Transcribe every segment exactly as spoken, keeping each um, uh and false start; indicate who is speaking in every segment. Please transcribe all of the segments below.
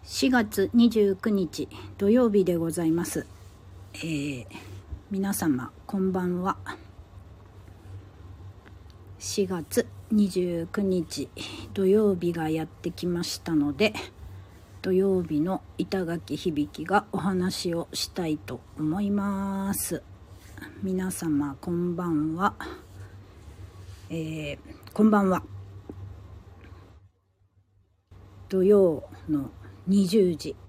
Speaker 1: しがつにじゅうくにち土曜日でございます。えー、皆様こんばんは。しがつにじゅうくにち土曜日がやってきましたので、土曜日の板垣響がお話をしたいと思います。皆様こんばんは。えー、こんばんは。土曜のにじゅうじ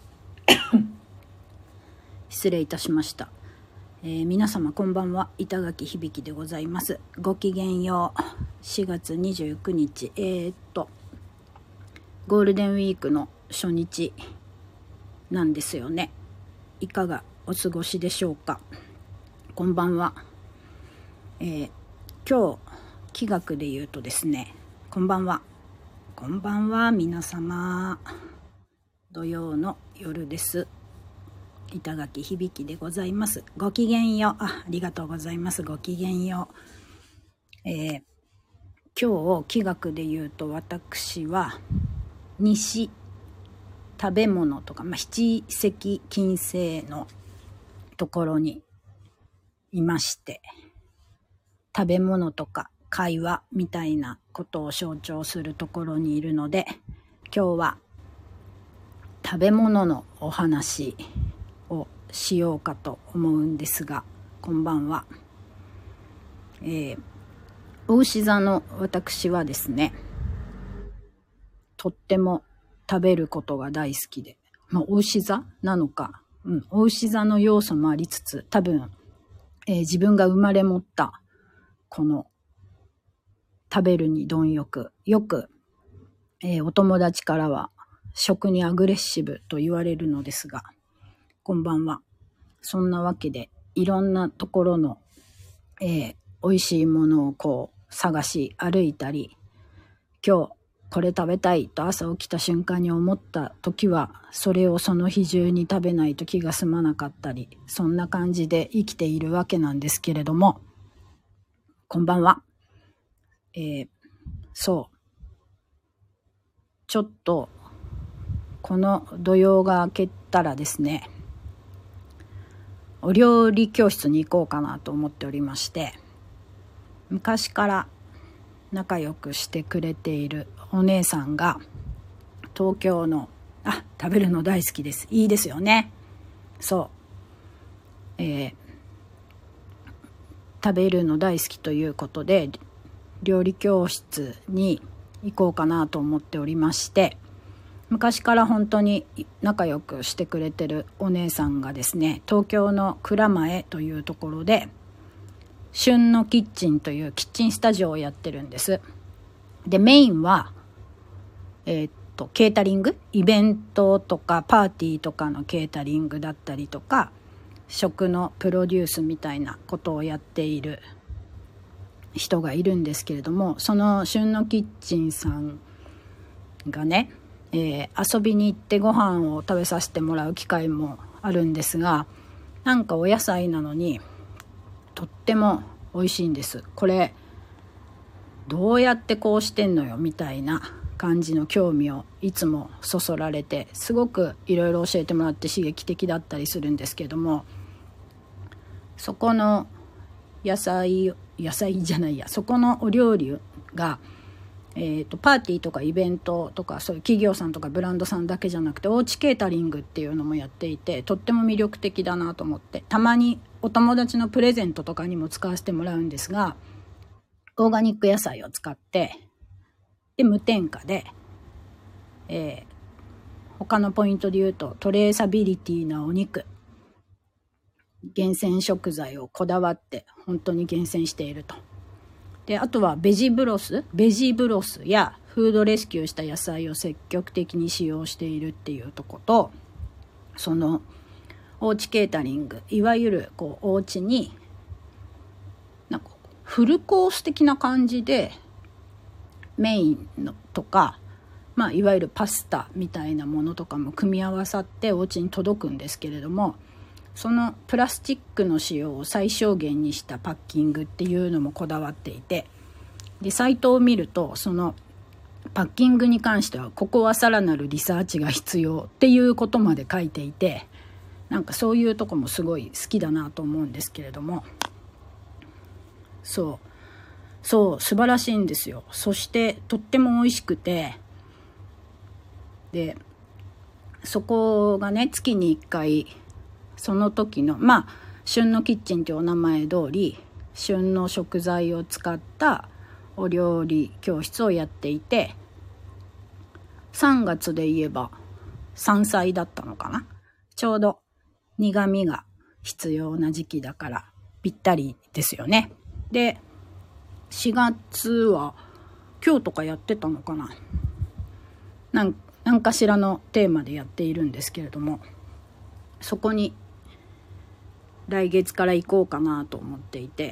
Speaker 1: 失礼いたしました。えー、皆様こんばんは。板垣響でございます。ごきげんよう。しがつにじゅうくにちえー、っとゴールデンウィークの初日なんですよね。いかがお過ごしでしょうか。こんばんは。えー、今日気学で言うとですね、こんばんはこんばんは皆様、土曜の夜です。板垣響でございます。ごきげんよう。あ、ありがとうございます。ごきげんよう。えー、今日気学で言うと、私は西食べ物とか、まあ、七石金星のところにいまして、食べ物とか会話みたいなことを象徴するところにいるので、今日は食べ物のお話をしようかと思うんですが、こんばんは。えー、お牛座の私はですね、とっても食べることが大好きで、まあ、お牛座なのか、うん、お牛座の要素もありつつ、多分、えー、自分が生まれ持ったこの食べるに貪欲、よく、えー、お友達からは食にアグレッシブと言われるのですが、こんばんは。そんなわけでいろんなところの、えー、美味しいものをこう探し歩いたり、今日これ食べたいと朝起きた瞬間に思った時は、それをその日中に食べないと気が済まなかったり、そんな感じで生きているわけなんですけれども、こんばんは。えー、そうちょっとこの土曜が明けたらですね、お料理教室に行こうかなと思っておりまして、昔から仲良くしてくれているお姉さんが東京の、あ、食べるの大好きです。いいですよね。そう、えー、食べるの大好きということで料理教室に行こうかなと思っておりまして、昔から本当に仲良くしてくれてるお姉さんがですね、東京の蔵前というところで旬のキッチンというキッチンスタジオをやってるんです。で、メインはえー、っとケータリング、イベントとかパーティーとかのケータリングだったりとか、食のプロデュースみたいなことをやっている人がいるんですけれども、その旬のキッチンさんがね、えー、遊びに行ってご飯を食べさせてもらう機会もあるんですが、なんかお野菜なのにとっても美味しいんです。これどうやってこうしてんのよみたいな感じの興味をいつもそそられて、すごくいろいろ教えてもらって刺激的だったりするんですけども、そこの野菜野菜じゃないやそこのお料理が、えーと、パーティーとかイベントとかそういう企業さんとかブランドさんだけじゃなくて、おうちケータリングっていうのもやっていて、とっても魅力的だなと思って、たまにお友達のプレゼントとかにも使わせてもらうんですが、オーガニック野菜を使って、で無添加で、えー、他のポイントで言うとトレーサビリティなお肉、厳選食材をこだわって本当に厳選していると。で、あとはベジブロスベジブロスやフードレスキューした野菜を積極的に使用しているっていうとこと、そのおうちケータリング、いわゆるこうおうちになんかフルコース的な感じでメインのとか、まあ、いわゆるパスタみたいなものとかも組み合わさってお家に届くんですけれども、そのプラスチックの使用を最小限にしたパッキングっていうのもこだわっていて、でサイトを見ると、そのパッキングに関してはここはさらなるリサーチが必要っていうことまで書いていて、なんかそういうとこもすごい好きだなと思うんですけれども、そうそう素晴らしいんですよ。そしてとっても美味しくて、でそこがね月にいっかいその時のまあ旬のキッチンというお名前通り旬の食材を使ったお料理教室をやっていて、さんがつで言えば山菜だったのかな。ちょうど苦味が必要な時期だからぴったりですよね。でしがつは今日とかやってたのかな、なん何かしらのテーマでやっているんですけれども、そこに来月から行こうかなと思っていて、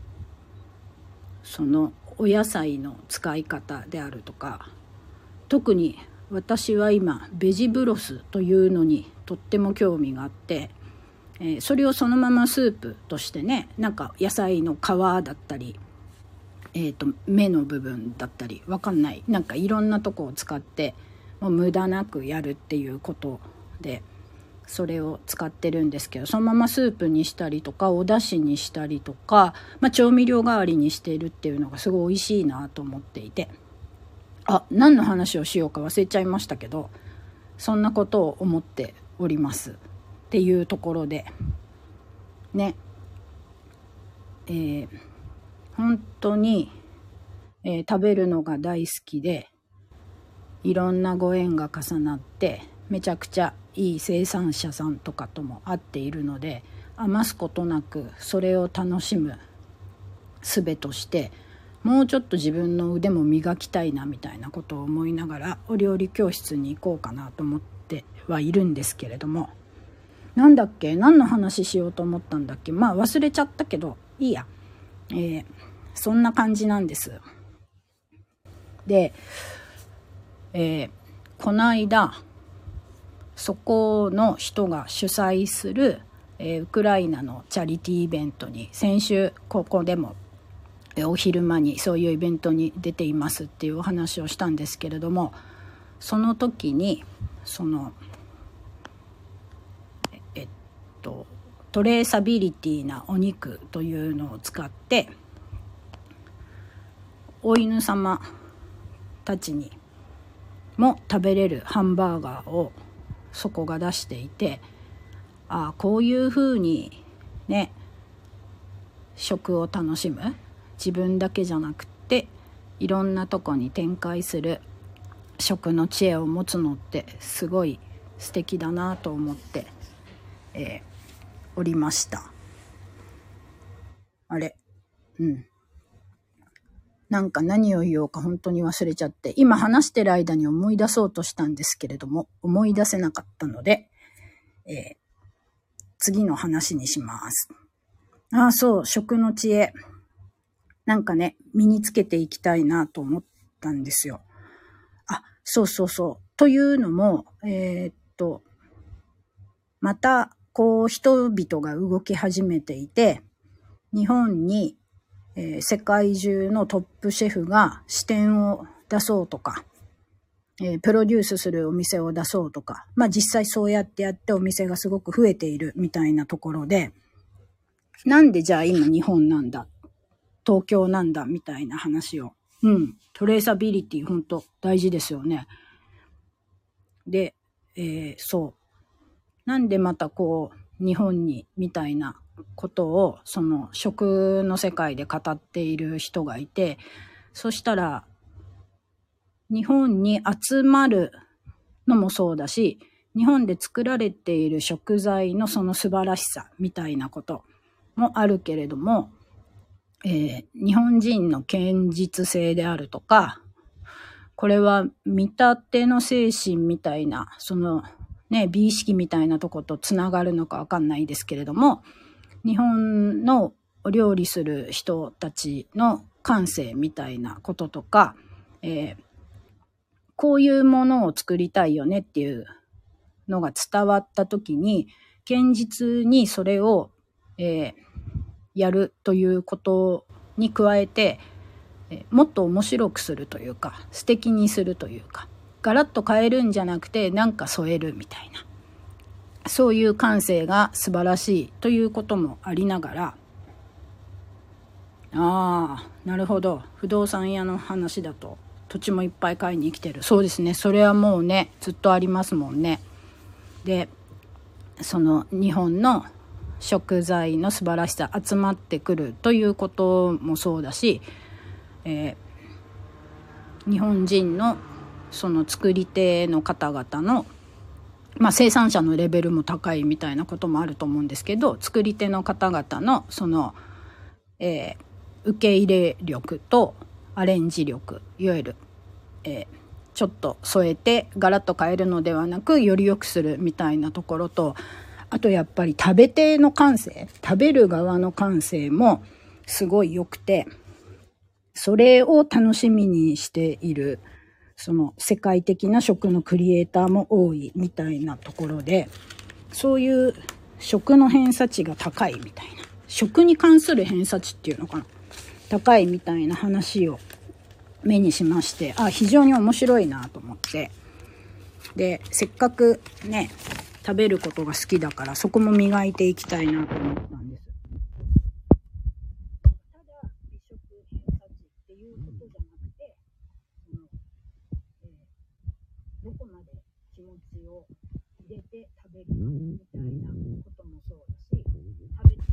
Speaker 1: そのお野菜の使い方であるとか、特に私は今ベジブロスというのにとっても興味があって、えー、それをそのままスープとしてね、なんか野菜の皮だったり、えーと芽の部分だったりわかんない、なんかいろんなとこを使ってもう無駄なくやるっていうことでそれを使ってるんですけど、そのままスープにしたりとかお出汁にしたりとか、まあ、調味料代わりにしているっていうのがすごい美味しいなと思っていて、あ、何の話をしようか忘れちゃいましたけど、そんなことを思っておりますっていうところでね、えー、本当に、えー、食べるのが大好きで、いろんなご縁が重なってめちゃくちゃいい生産者さんとかとも会っているので、余すことなくそれを楽しむ術としてもうちょっと自分の腕も磨きたいなみたいなことを思いながらお料理教室に行こうかなと思ってはいるんですけれども、なんだっけ、何の話しようと思ったんだっけ、まあ忘れちゃったけどいいや、えー、そんな感じなんです。で、えー、この間そこの人が主催する、えー、ウクライナのチャリティーイベントに、先週ここでも、えー、お昼間にそういうイベントに出ていますっていうお話をしたんですけれども、その時にそのえっとトレーサビリティなお肉というのを使ってお犬様たちにも食べれるハンバーガーをそこが出していて、ああこういう風にね食を楽しむ、自分だけじゃなくていろんなとこに展開する食の知恵を持つのってすごい素敵だなと思って、えー、おりました。あれうんなんか何を言おうか本当に忘れちゃって、今話してる間に思い出そうとしたんですけれども思い出せなかったので、えー、次の話にします。ああそう、食の知恵なんかね身につけていきたいなと思ったんですよ。あ、そうそうそう。というのもえー、っとまたこう人々が動き始めていて、日本にえー、世界中のトップシェフが支店を出そうとか、えー、プロデュースするお店を出そうとか、まあ実際そうやってやってお店がすごく増えているみたいなところで、なんでじゃあ今日本なんだ、東京なんだみたいな話を、うん、トレーサビリティ本当大事ですよね。で、えー、そうなんでまたこう日本にみたいなことをその食の世界で語っている人がいて、そしたら日本に集まるのもそうだし、日本で作られている食材のその素晴らしさみたいなこともあるけれども、えー、日本人の堅実性であるとか、これは見立ての精神みたいなそのね美意識みたいなとことつながるのかわかんないですけれども、日本のお料理する人たちの感性みたいなこととか、えー、こういうものを作りたいよねっていうのが伝わった時に、堅実にそれを、えー、やるということに加えて、 えもっと面白くするというか、素敵にするというか、ガラッと変えるんじゃなくてなんか添えるみたいな、そういう感性が素晴らしいということもありながら、ああなるほど、不動産屋の話だと土地もいっぱい買いに来てる。そうですね、それはもうねずっとありますもんね。でその日本の食材の素晴らしさ集まってくるということもそうだし、えー、日本人のその作り手の方々の、まあ、生産者のレベルも高いみたいなこともあると思うんですけど、作り手の方々のその、えー、受け入れ力とアレンジ力、いわゆる、えー、ちょっと添えてガラッと変えるのではなくより良くするみたいなところと、あとやっぱり食べ手の感性、食べる側の感性もすごい良くて、それを楽しみにしているその世界的な食のクリエイターも多いみたいなところで、そういう食の偏差値が高いみたいな、食に関する偏差値っていうのかな、高いみたいな話を目にしまして、あ、非常に面白いなと思って、でせっかくね食べることが好きだからそこも磨いていきたいなと思ったんです。ただ美食偏差値っていうことじゃなくて、その、えー、どこまで気持ちを入れて食べるかみたいなこともそうだし、食べ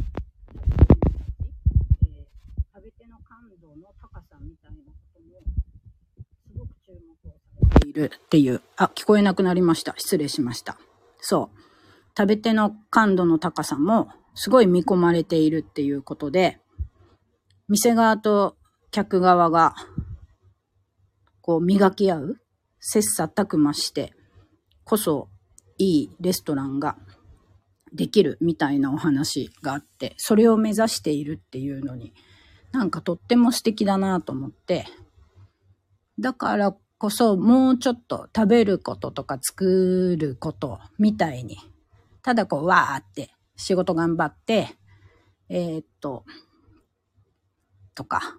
Speaker 1: 食べ手の感度の高さみたいなこともすごく注目をされているっていう、あ、聞こえなくなりました。失礼しました。そう。食べ手の感度の高さもすごい見込まれているっていうことで、店側と客側がこう磨き合う、切磋琢磨してこそいいレストランができるみたいなお話があって、それを目指しているっていうのになんかとっても素敵だなと思って、だからこそもうちょっと食べることとか作ることみたいに、ただこうわーって仕事頑張ってえー、っととか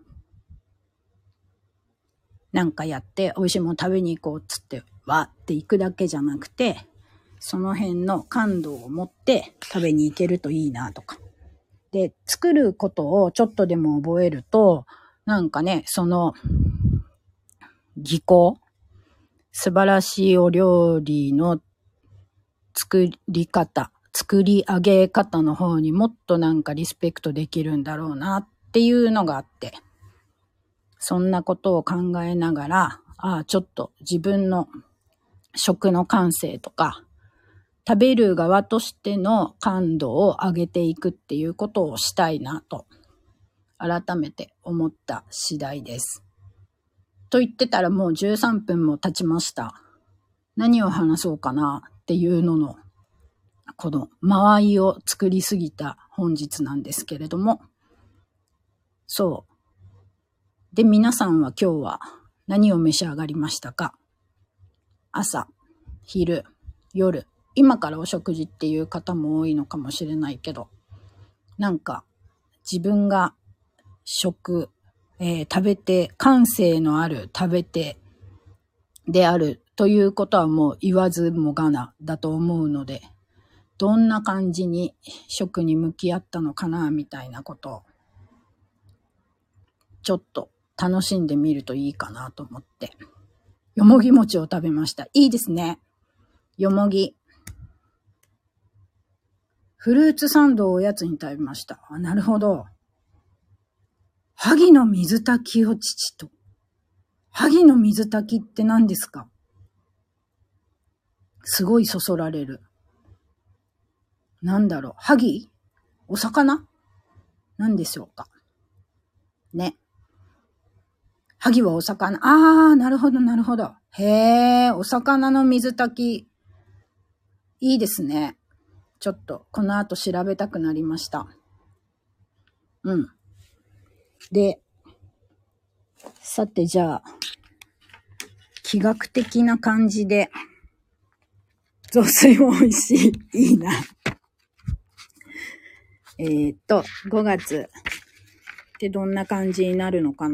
Speaker 1: なんかやって美味しいもの食べに行こうっつってわーって行くだけじゃなくて、その辺の感度を持って食べに行けるといいなとかで、作ることをちょっとでも覚えると、なんかね、その技巧、素晴らしいお料理の作り方、作り上げ方の方にもっとなんかリスペクトできるんだろうなっていうのがあって、そんなことを考えながら、ああ、ちょっと自分の食の感性とか、食べる側としての感度を上げていくっていうことをしたいなと改めて思った次第です。と言ってたらもうじゅうさんぷんも経ちました。何を話そうかなっていうののこの間合いを作りすぎた本日なんですけれども、そう。で、皆さんは今日は何を召し上がりましたか？朝、昼、夜。今からお食事っていう方も多いのかもしれないけど、なんか自分が食、えー、食べて、感性のある食べてであるということはもう言わずもがなだと思うので、どんな感じに食に向き合ったのかなみたいなことをちょっと楽しんでみるといいかなと思って、よもぎ餅を食べました。いいですね。よもぎ。フルーツサンドをおやつに食べました。あ、なるほど。萩の水炊きを父と。萩の水炊きって何ですか？すごいそそられる。なんだろう。萩？お魚？何でしょうか。ね。萩はお魚。あー、なるほど、なるほど。へー、お魚の水炊き。いいですね。ちょっと、この後調べたくなりました。うん。で、さてじゃあ、気学的な感じで、雑炊も美味しい。いいな。えーっと、ごがつってどんな感じになるのかな。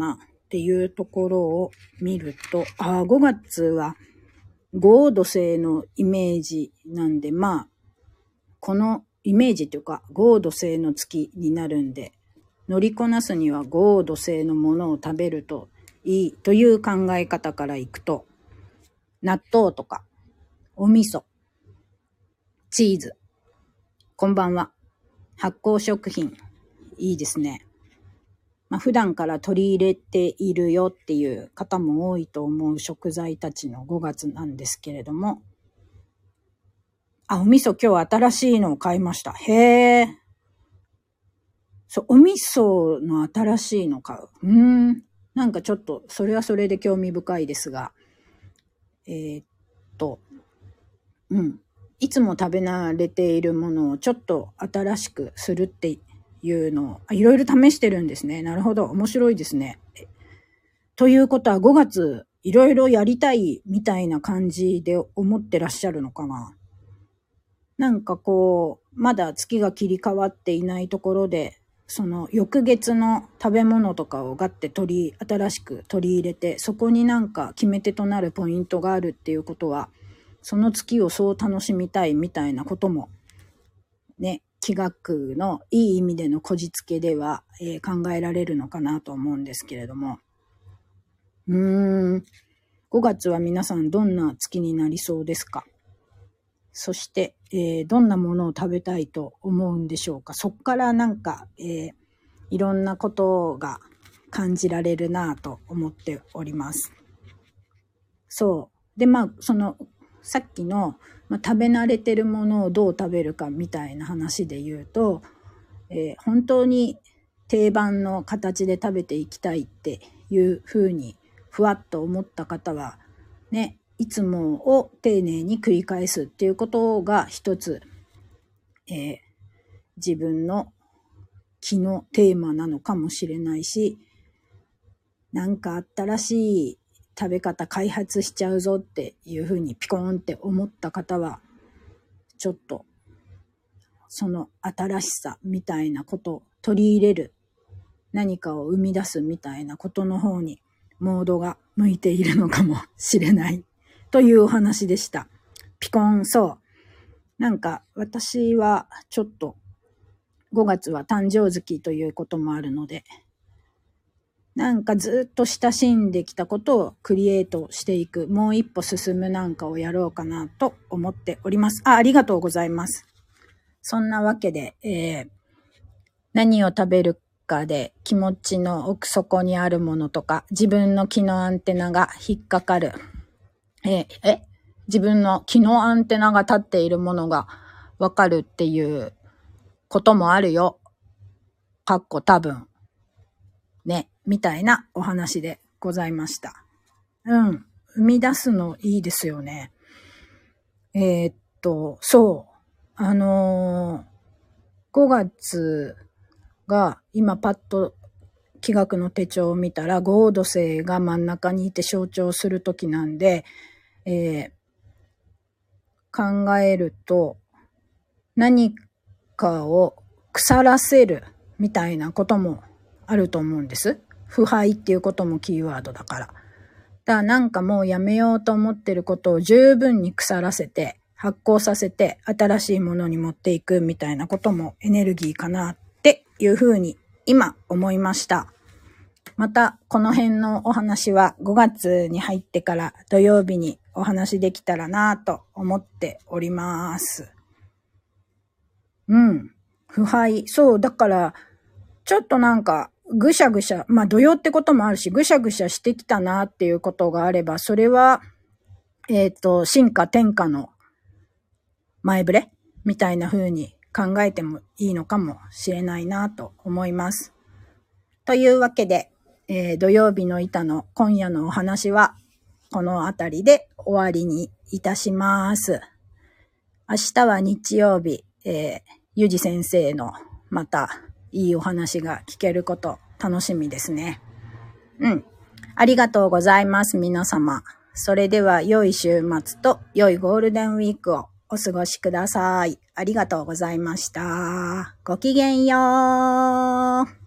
Speaker 1: っていうところを見ると、あーごがつは合土星のイメージなんで、まあ、このイメージというか合土星の月になるんで、乗りこなすには合土星のものを食べるといいという考え方からいくと、納豆とかお味噌、チーズ、こんばんは、発酵食品、いいですね。まあ、普段から取り入れているよっていう方も多いと思う食材たちのごがつなんですけれども、あ、お味噌今日新しいのを買いました。へー。そう、お味噌の新しいの買う。うーん。なんかちょっと、それはそれで興味深いですが、えー、っと、うん。いつも食べ慣れているものをちょっと新しくするっていうのを、いろいろ試してるんですね。なるほど。面白いですね。ということはごがつ、いろいろやりたいみたいな感じで思ってらっしゃるのかな。なんかこう、まだ月が切り替わっていないところで、その翌月の食べ物とかをガッて取り、新しく取り入れて、そこになんか決め手となるポイントがあるっていうことは、その月をそう楽しみたいみたいなことも、ね、気学のいい意味でのこじつけでは、えー、考えられるのかなと思うんですけれども。うーん、ごがつは皆さんどんな月になりそうですか？そして、えー、どんなものを食べたいと思うんでしょうか。そっからなんか、えー、いろんなことが感じられるなぁと思っております。そう。で、まあ、その、さっきの、まあ、食べ慣れてるものをどう食べるかみたいな話で言うと、えー、本当に定番の形で食べていきたいっていうふうにふわっと思った方は、ね、いつもを丁寧に繰り返すっていうことが一つ、えー、自分の気のテーマなのかもしれないし、なんか新しい食べ方開発しちゃうぞっていうふうにピコーンって思った方は、ちょっとその新しさみたいなことを取り入れる、何かを生み出すみたいなことの方にモードが向いているのかもしれないというお話でした。ピコン、そう。なんか私はちょっとごがつは誕生月ということもあるので、なんかずっと親しんできたことをクリエイトしていく、もう一歩進むなんかをやろうかなと思っております。あ、ありがとうございます。そんなわけで、えー、何を食べるかで気持ちの奥底にあるものとか、自分の気のアンテナが引っかかる、えー、え自分の気のアンテナが立っているものがわかるっていうこともあるよ。かっこ多分。ね、みたいなお話でございました。うん。生み出すのいいですよね。えー、っと、そう。あのー、ごがつが今パッと気学の手帳を見たら合土星が真ん中にいて象徴する時なんで、えー、考えると何かを腐らせるみたいなこともあると思うんです。腐敗っていうこともキーワードだから。だからなんかもうやめようと思ってることを十分に腐らせて発酵させて新しいものに持っていくみたいなこともエネルギーかなっていうふうに今思いました。またこの辺のお話はごがつに入ってから土曜日にお話できたらなと思っております。うん。腐敗。そう、だからちょっとなんかぐしゃぐしゃ、まあ土曜ってこともあるし、ぐしゃぐしゃしてきたなっていうことがあれば、それは、えっと、進化転化の前触れみたいな風に考えてもいいのかもしれないなと思います。というわけで、えー、土曜日の板の今夜のお話はこのあたりで終わりにいたします。明日は日曜日、えー、ゆじ先生のまたいいお話が聞けること楽しみですね。うん。ありがとうございます、皆様。それでは良い週末と良いゴールデンウィークをお過ごしください。ありがとうございました。ごきげんよう。